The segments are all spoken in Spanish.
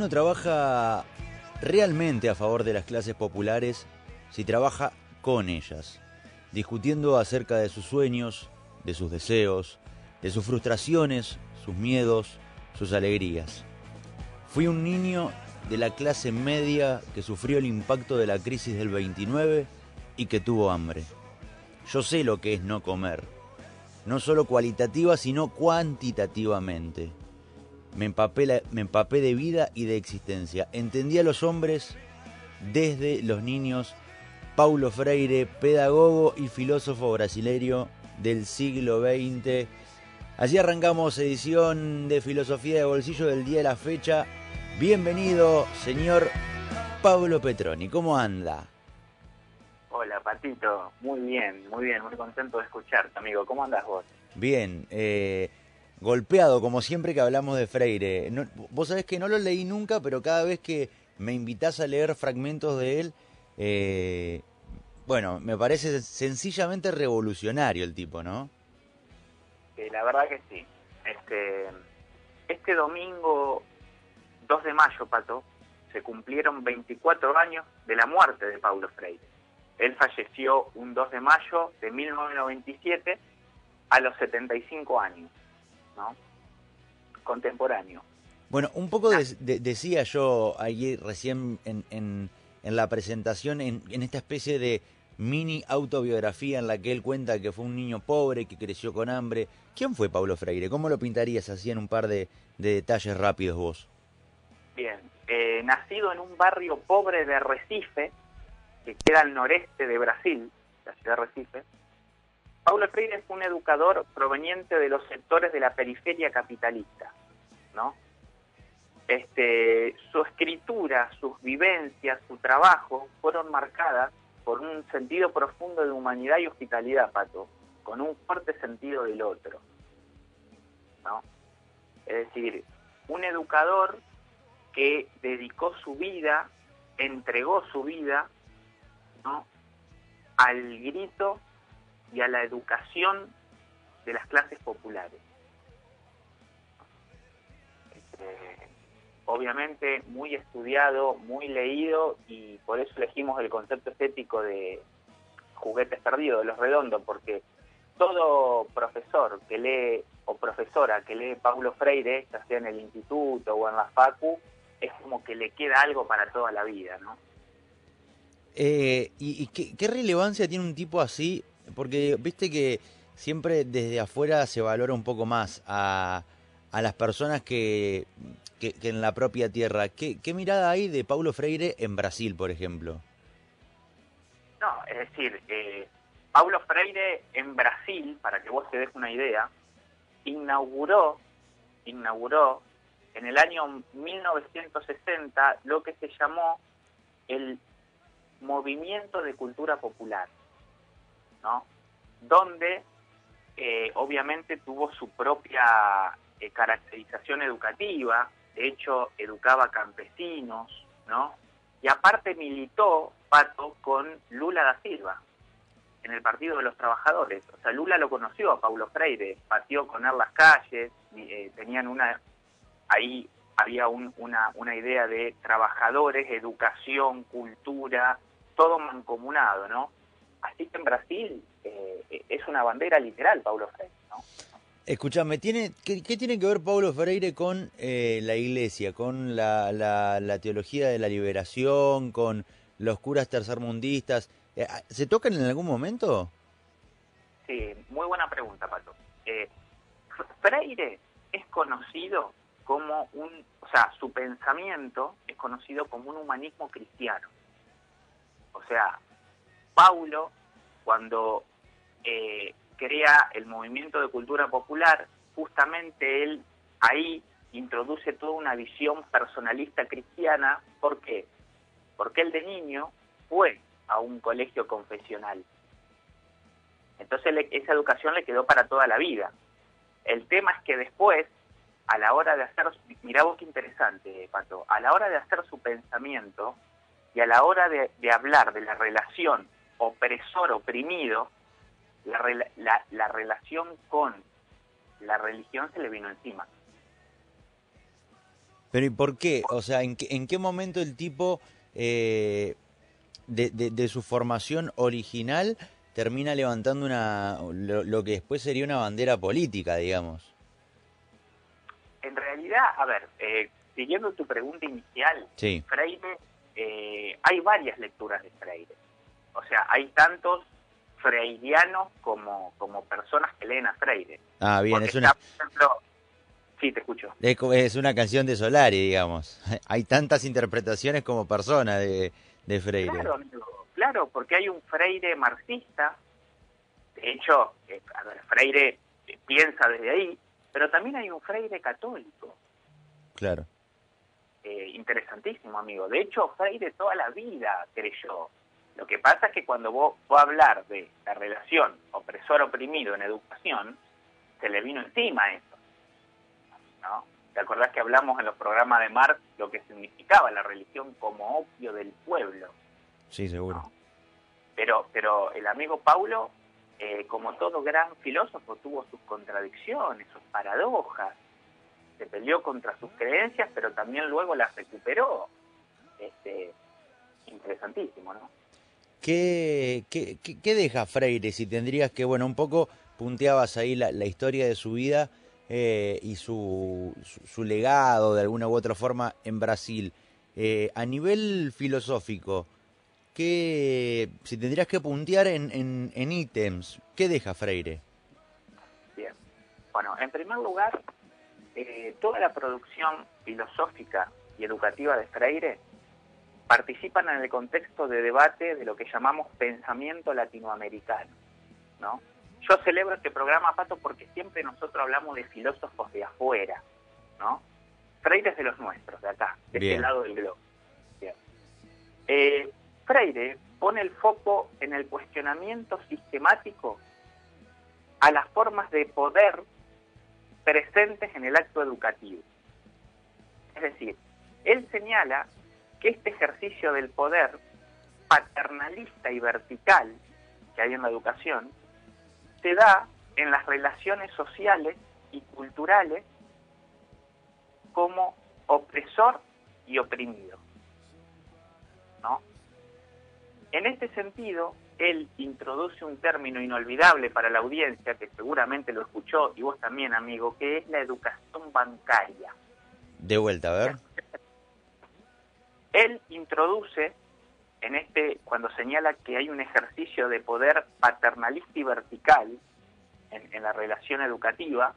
uno trabaja realmente a favor de las clases populares si trabaja con ellas, discutiendo acerca de sus sueños, de sus deseos, de sus frustraciones, sus miedos, sus alegrías. Fui un niño de la clase media que sufrió el impacto de la crisis del 29 y que tuvo hambre. Yo sé lo que es no comer, no solo cualitativa sino cuantitativamente. Me empapé de vida y de existencia. Entendí a los hombres desde los niños. Paulo Freire, pedagogo y filósofo brasileño del siglo XX. Allí arrancamos edición de Filosofía de Bolsillo del día de la fecha. Bienvenido, señor Pablo Petroni. ¿Cómo anda? Hola, Patito. Muy bien, muy contento de escucharte, amigo. ¿Cómo andas vos? Bien, golpeado, como siempre que hablamos de Freire. No, vos sabés que no lo leí nunca, pero cada vez que me invitás a leer fragmentos de él, bueno, me parece sencillamente revolucionario el tipo, ¿no? La verdad que sí. Este domingo 2 de mayo, Pato, se cumplieron 24 años de la muerte de Paulo Freire. Él falleció un 2 de mayo de 1997 a los 75 años, ¿no? Contemporáneo. Bueno, un poco decía yo ayer recién en la presentación, en esta especie de mini autobiografía en la que él cuenta que fue un niño pobre, que creció con hambre. ¿Quién fue Paulo Freire? ¿Cómo lo pintarías así en un par de detalles rápidos vos? Bien, nacido en un barrio pobre de Recife, que queda al noreste de Brasil, la ciudad de Recife, Paulo Freire fue un educador proveniente de los sectores de la periferia capitalista, ¿no? Su escritura, sus vivencias, su trabajo fueron marcadas por un sentido profundo de humanidad y hospitalidad, Pato, con un fuerte sentido del otro, ¿no? Es decir, un educador que dedicó su vida, entregó su vida, ¿no?, al grito y a la educación de las clases populares. Obviamente muy estudiado, muy leído, y por eso elegimos el concepto estético de juguetes perdidos, de los redondos, porque todo profesor que lee o profesora que lee Paulo Freire, ya sea en el instituto o en la facu, es como que le queda algo para toda la vida, ¿no? ¿Y qué relevancia tiene un tipo así? Porque viste que siempre desde afuera se valora un poco más a las personas que en la propia tierra. ¿Qué mirada hay de Paulo Freire en Brasil, por ejemplo? No, es decir, Paulo Freire en Brasil, para que vos te des una idea, inauguró en el año 1960 lo que se llamó el movimiento de cultura popular, ¿no? Donde obviamente tuvo su propia caracterización educativa. De hecho educaba campesinos, ¿no? Y aparte militó, Pato, con Lula da Silva en el Partido de los Trabajadores. O sea, Lula lo conoció a Paulo Freire, pateó con él las calles, tenían ahí había una idea de trabajadores, educación, cultura, todo mancomunado, ¿no? Así que en Brasil es una bandera literal Paulo Freire, ¿no? Escuchame, ¿qué tiene que ver Paulo Freire con la iglesia, con la teología de la liberación, con los curas tercermundistas? ¿Se tocan en algún momento? Sí, muy buena pregunta, Pato. Freire es conocido como o sea, su pensamiento es conocido como un humanismo cristiano. O sea, Paulo, cuando crea el movimiento de cultura popular, justamente él ahí introduce toda una visión personalista cristiana. ¿Por qué? Porque él de niño fue a un colegio confesional. Entonces esa educación le quedó para toda la vida. El tema es que después, a la hora de hacer, mirá vos qué interesante, Pato, a la hora de hacer su pensamiento y a la hora de hablar de la relación opresor-oprimido, la relación con la religión se le vino encima. Pero ¿y por qué? O sea, en qué momento el tipo de su formación original termina levantando lo que después sería una bandera política, digamos? En realidad, a ver, siguiendo tu pregunta inicial, Sí. Freire, hay varias lecturas de Freire. O sea, hay tantos freirianos como personas que leen a Freire. Ah, bien, Porque es una, está, por ejemplo, sí, te escucho. es una canción de Solari, digamos. Hay tantas interpretaciones como personas de Freire. Claro, amigo, claro, porque hay un Freire marxista. De hecho, a ver, Freire piensa desde ahí, pero también hay un Freire católico. Claro. Interesantísimo, amigo. De hecho, Freire toda la vida creyó. Lo que pasa es que cuando vos a hablar de la relación opresor-oprimido en educación, se le vino encima eso, ¿no? ¿Te acordás que hablamos en los programas de Marx lo que significaba la religión como opio del pueblo? Sí, seguro. ¿No? Pero el amigo Paulo, como todo gran filósofo, tuvo sus contradicciones, sus paradojas. Se peleó contra sus creencias, pero también luego las recuperó. Interesantísimo, ¿no? ¿Qué deja Freire? Si tendrías que, bueno, un poco punteabas ahí la historia de su vida y su legado de alguna u otra forma en Brasil. A nivel filosófico, si tendrías que puntear en ítems, ¿qué deja Freire? Bien. Bueno, en primer lugar, toda la producción filosófica y educativa de Freire participan en el contexto de debate de lo que llamamos pensamiento latinoamericano, ¿no? Yo celebro este programa, Pato, porque siempre nosotros hablamos de filósofos de afuera, ¿no? Freire es de los nuestros, de acá, de Bien. este lado del globo. Bien. Freire pone el foco en el cuestionamiento sistemático a las formas de poder presentes en el acto educativo. Es decir, él señala que este ejercicio del poder paternalista y vertical que hay en la educación se da en las relaciones sociales y culturales como opresor y oprimido, ¿no? En este sentido, él introduce un término inolvidable para la audiencia, que seguramente lo escuchó, y vos también, amigo, que es la educación bancaria. De vuelta, a ver. Él introduce, cuando señala que hay un ejercicio de poder paternalista y vertical en la relación educativa,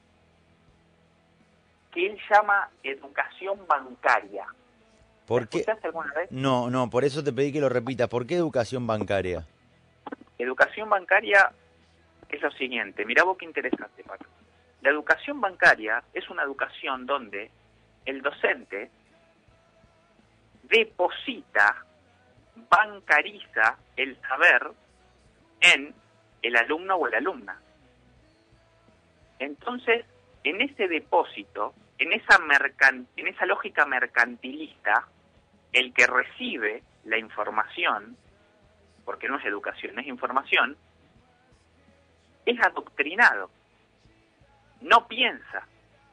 que él llama educación bancaria. ¿Por qué? ¿Escuchaste alguna vez? No, por eso te pedí que lo repitas. ¿Por qué educación bancaria? Educación bancaria es lo siguiente. Mirá vos qué interesante, Paco. La educación bancaria es una educación donde el docente deposita, bancariza el saber en el alumno o la alumna. Entonces, en ese depósito, en esa lógica mercantilista, el que recibe la información, porque no es educación, es información, es adoctrinado, no piensa,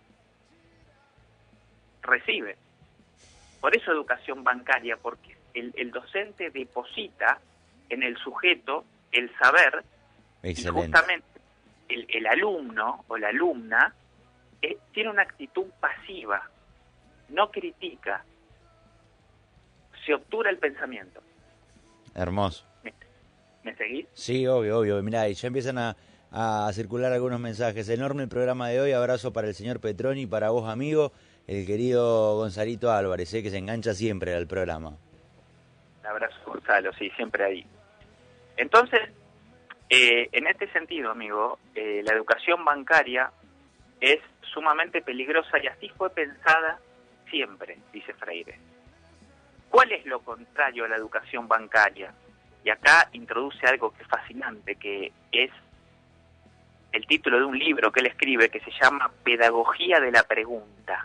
recibe. Por eso educación bancaria, porque el docente deposita en el sujeto el saber. Excelente. Y justamente el alumno o la alumna tiene una actitud pasiva, no critica, se obtura el pensamiento. Hermoso. ¿Me seguís? Sí, obvio. Mirá, y ya empiezan a circular algunos mensajes. Enorme el programa de hoy. Abrazo para el señor Petroni, para vos, amigo, el querido Gonzalito Álvarez, que se engancha siempre al programa. Un abrazo, Gonzalo, sí, siempre ahí. Entonces, en este sentido, amigo, la educación bancaria es sumamente peligrosa y así fue pensada siempre, dice Freire. ¿Cuál es lo contrario a la educación bancaria? Y acá introduce algo que es fascinante, que es el título de un libro que él escribe que se llama Pedagogía de la Pregunta.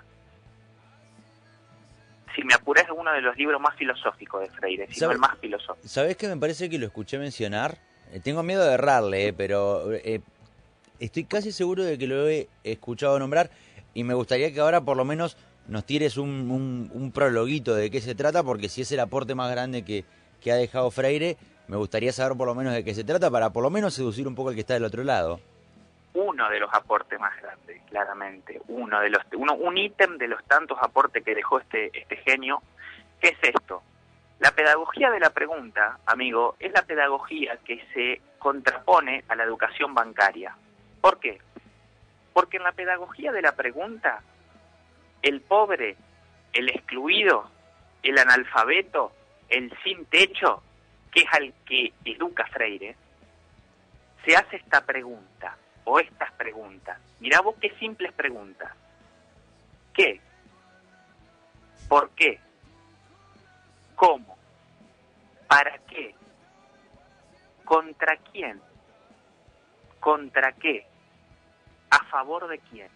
Si me apurás, es uno de los libros más filosóficos de Freire, si no el más filosófico. ¿Sabés que me parece que lo escuché mencionar? Tengo miedo de errarle, pero estoy casi seguro de que lo he escuchado nombrar y me gustaría que ahora por lo menos nos tires un prologuito de qué se trata, porque si es el aporte más grande que ha dejado Freire, me gustaría saber por lo menos de qué se trata, para por lo menos seducir un poco al que está del otro lado. Uno de los aportes más grandes, claramente, un ítem de los tantos aportes que dejó este genio. ¿Qué es esto? La pedagogía de la pregunta, amigo, es la pedagogía que se contrapone a la educación bancaria. ¿Por qué? Porque en la pedagogía de la pregunta, el pobre, el excluido, el analfabeto, el sin techo, que es al que educa Freire, se hace esta pregunta, o estas preguntas. Mirá vos qué simples preguntas. ¿Qué? ¿Por qué? ¿Cómo? ¿Para qué? ¿Contra quién? ¿Contra qué? ¿A favor de quién?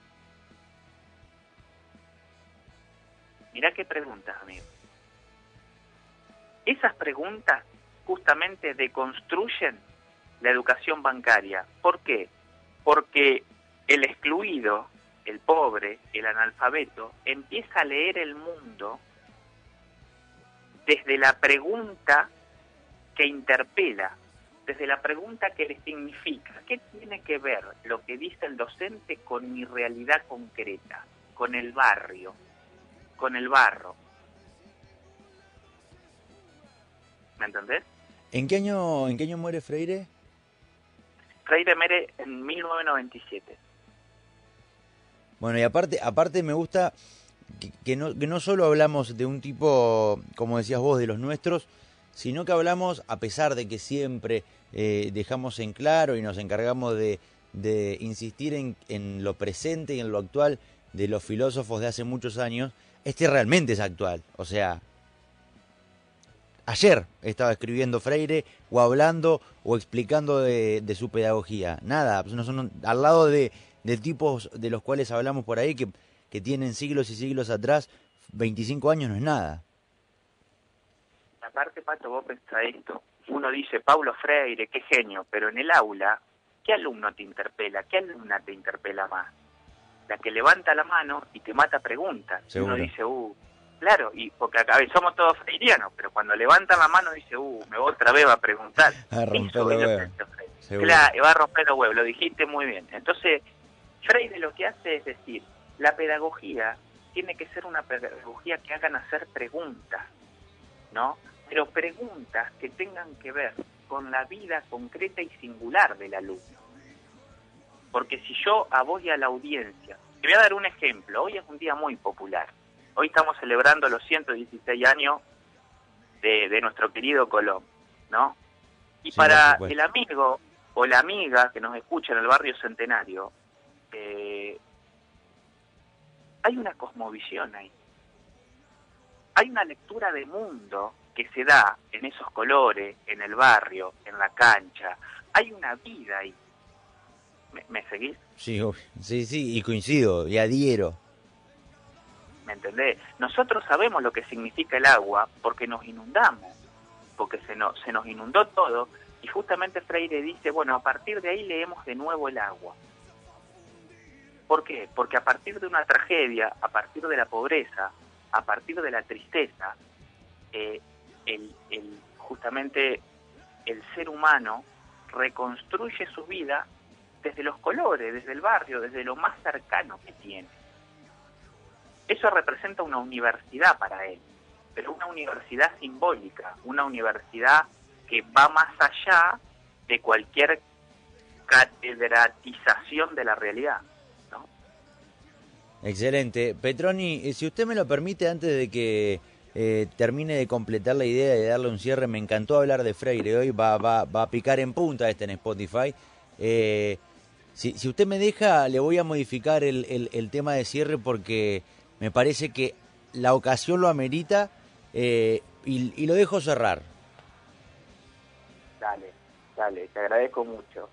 Mirá qué preguntas, amigo. Esas preguntas justamente deconstruyen la educación bancaria. ¿Por qué? Porque el excluido, el pobre, el analfabeto, empieza a leer el mundo desde la pregunta que interpela, desde la pregunta que le significa. ¿Qué tiene que ver lo que dice el docente con mi realidad concreta, con el barrio, con el barro? ¿Me entendés? ¿En qué año muere Freire? Freire muere en 1997. Bueno, y aparte me gusta que no solo hablamos de un tipo, como decías vos, de los nuestros, sino que hablamos, a pesar de que siempre dejamos en claro y nos encargamos de insistir en lo presente y en lo actual de los filósofos de hace muchos años, este realmente es actual. O sea, ayer estaba escribiendo Freire o hablando o explicando de su pedagogía. Nada, no son, al lado de tipos de los cuales hablamos por ahí que tienen siglos y siglos atrás, 25 años no es nada. Aparte, Pato, vos pensás esto. Uno dice, Paulo Freire, qué genio, pero en el aula, ¿qué alumno te interpela? ¿Qué alumna te interpela más? La que levanta la mano y te mata preguntas. Seguro. Uno dice, claro, y porque acá somos todos freirianos, pero cuando levantan la mano dice, me otra vez va a preguntar. A romper Eso es los lo que huevos. hace Freire. Seguro. Claro, va a romper los huevos, lo dijiste muy bien. Entonces, Freire lo que hace es decir, la pedagogía tiene que ser una pedagogía que hagan hacer preguntas, ¿no? Pero preguntas que tengan que ver con la vida concreta y singular del alumno. Porque si yo a vos y a la audiencia, te voy a dar un ejemplo, hoy es un día muy popular, hoy estamos celebrando los 116 años de nuestro querido Colón, ¿no? Y Sí, para por supuesto. el amigo o la amiga que nos escucha en el barrio Centenario, hay una cosmovisión ahí, hay una lectura de mundo que se da en esos colores, en el barrio, en la cancha, hay una vida ahí. ¿Me seguís? Sí, obvio. Sí, y coincido, y adhiero. ¿Me entendés? Nosotros sabemos lo que significa el agua porque nos inundamos, porque se nos inundó todo, y justamente Freire dice, bueno, a partir de ahí leemos de nuevo el agua. ¿Por qué? Porque a partir de una tragedia, a partir de la pobreza, a partir de la tristeza, justamente el ser humano reconstruye su vida desde los colores, desde el barrio, desde lo más cercano que tiene. Eso representa una universidad para él, pero una universidad simbólica, una universidad que va más allá de cualquier catedratización de la realidad, ¿no? Excelente. Petroni, si usted me lo permite, antes de que termine de completar la idea y de darle un cierre, me encantó hablar de Freire hoy, va a picar en punta en Spotify. Si usted me deja, le voy a modificar el tema de cierre porque me parece que la ocasión lo amerita y lo dejo cerrar. Dale, te agradezco mucho.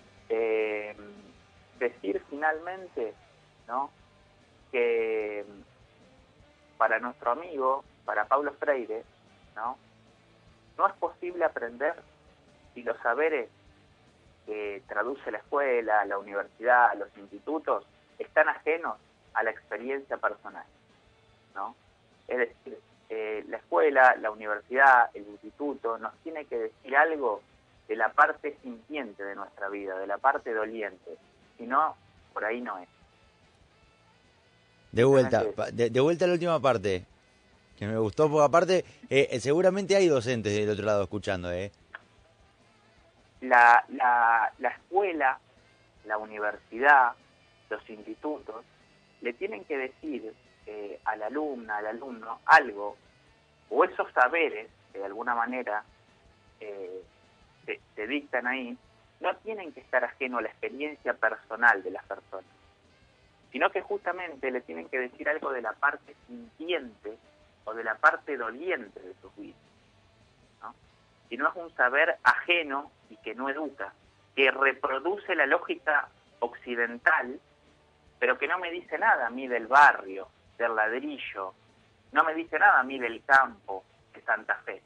Decir finalmente, ¿no?, que para nuestro amigo, para Paulo Freire, no es posible aprender si los saberes que traduce la escuela, la universidad, los institutos, están ajenos a la experiencia personal. ¿no? Es decir, la escuela, la universidad, el instituto nos tiene que decir algo de la parte sintiente de nuestra vida, de la parte doliente. Si no, por ahí no es. De vuelta a la última parte, que me gustó, porque aparte seguramente hay docentes del otro lado escuchando. La escuela, la universidad, los institutos, le tienen que decir a la alumna, al alumno, algo, o esos saberes, que de alguna manera se dictan ahí, no tienen que estar ajeno a la experiencia personal de las personas, sino que justamente le tienen que decir algo de la parte sintiente o de la parte doliente de sus vidas, ¿no? Si no es un saber ajeno y que no educa, que reproduce la lógica occidental, pero que no me dice nada a mí del barrio, del ladrillo, no me dice nada a mí del campo de Santa Fe.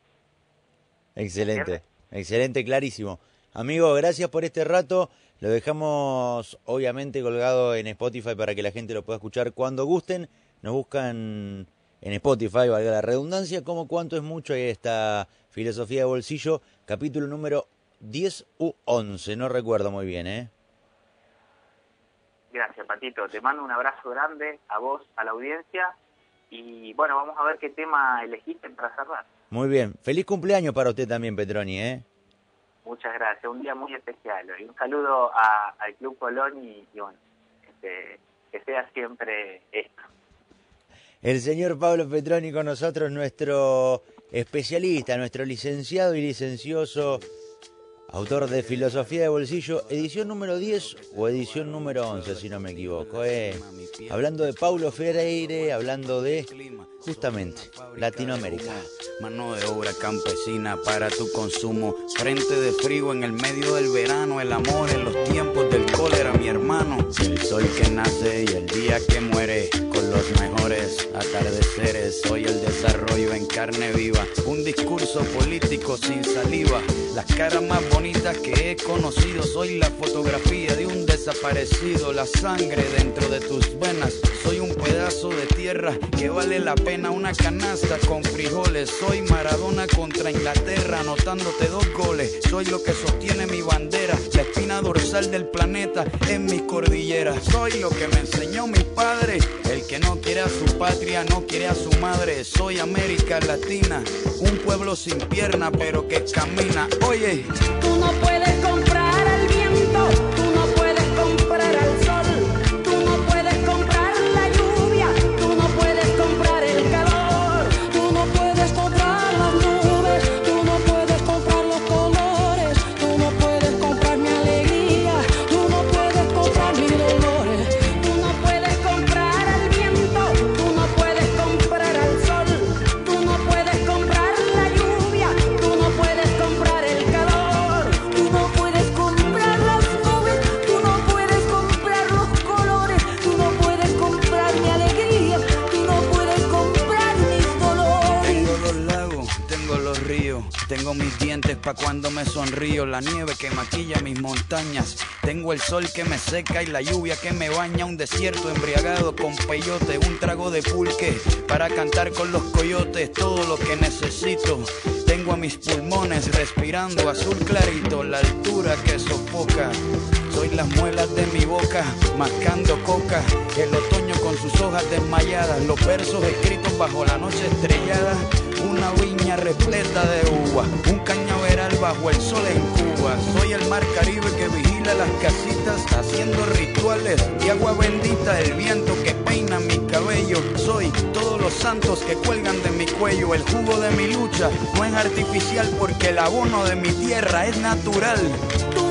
Excelente, excelente, clarísimo. Amigo, gracias por este rato. Lo dejamos obviamente colgado en Spotify para que la gente lo pueda escuchar cuando gusten. Nos buscan en Spotify, valga la redundancia, como Cuánto es Mucho. Ahí está Filosofía de Bolsillo, capítulo número 10 u 11, no recuerdo muy bien, Gracias, Patito. Te mando un abrazo grande a vos, a la audiencia. Y bueno, vamos a ver qué tema elegiste para cerrar. Muy bien. Feliz cumpleaños para usted también, Petroni, Muchas gracias. Un día muy especial. Y un saludo al Club Colón y bueno, que sea siempre esto. El señor Pablo Petroni con nosotros, nuestro especialista, nuestro licenciado y licencioso, autor de Filosofía de Bolsillo, edición número 10 o edición número 11, si no me equivoco. Hablando de Paulo Freire, hablando de, justamente, Latinoamérica. Mano de obra campesina para tu consumo. Frente de frío en el medio del verano. El amor en los tiempos del cólera, mi hermano. El sol que nace y el día que muere. Con los mejores atardeceres. Soy el desarrollo en carne viva. Un discurso político sin saliva. Las caras más bonitas que he conocido. Soy la fotografía de un desaparecido. La sangre dentro de tus venas. Soy un pedazo de tierra que vale la pena una canasta con frijoles. Soy Maradona contra Inglaterra, anotándote 2 goles. Soy lo que sostiene mi bandera, la espina dorsal del planeta en mis cordilleras. Soy lo que me enseñó mi padre, el que no quiere a su patria, no quiere a su madre. Soy América Latina, un pueblo sin pierna pero que camina. Oye, tú no puedes comprar el viento, tú no puedes comprar al sol. Tengo mis dientes pa' cuando me sonrío, la nieve que maquilla mis montañas. Tengo el sol que me seca y la lluvia que me baña. Un desierto embriagado con peyote, un trago de pulque para cantar con los coyotes. Todo lo que necesito. Tengo a mis pulmones respirando azul clarito, la altura que sofoca. Soy las muelas de mi boca, mascando coca. El otoño con sus hojas desmayadas, los versos escritos bajo la noche estrellada. Una viña repleta de uva, un cañaveral bajo el sol en Cuba. Soy el mar Caribe que vigila las casitas, haciendo rituales y agua bendita. El viento que peina mi cabello. Soy todos los santos que cuelgan de mi cuello. El jugo de mi lucha no es artificial porque el abono de mi tierra es natural.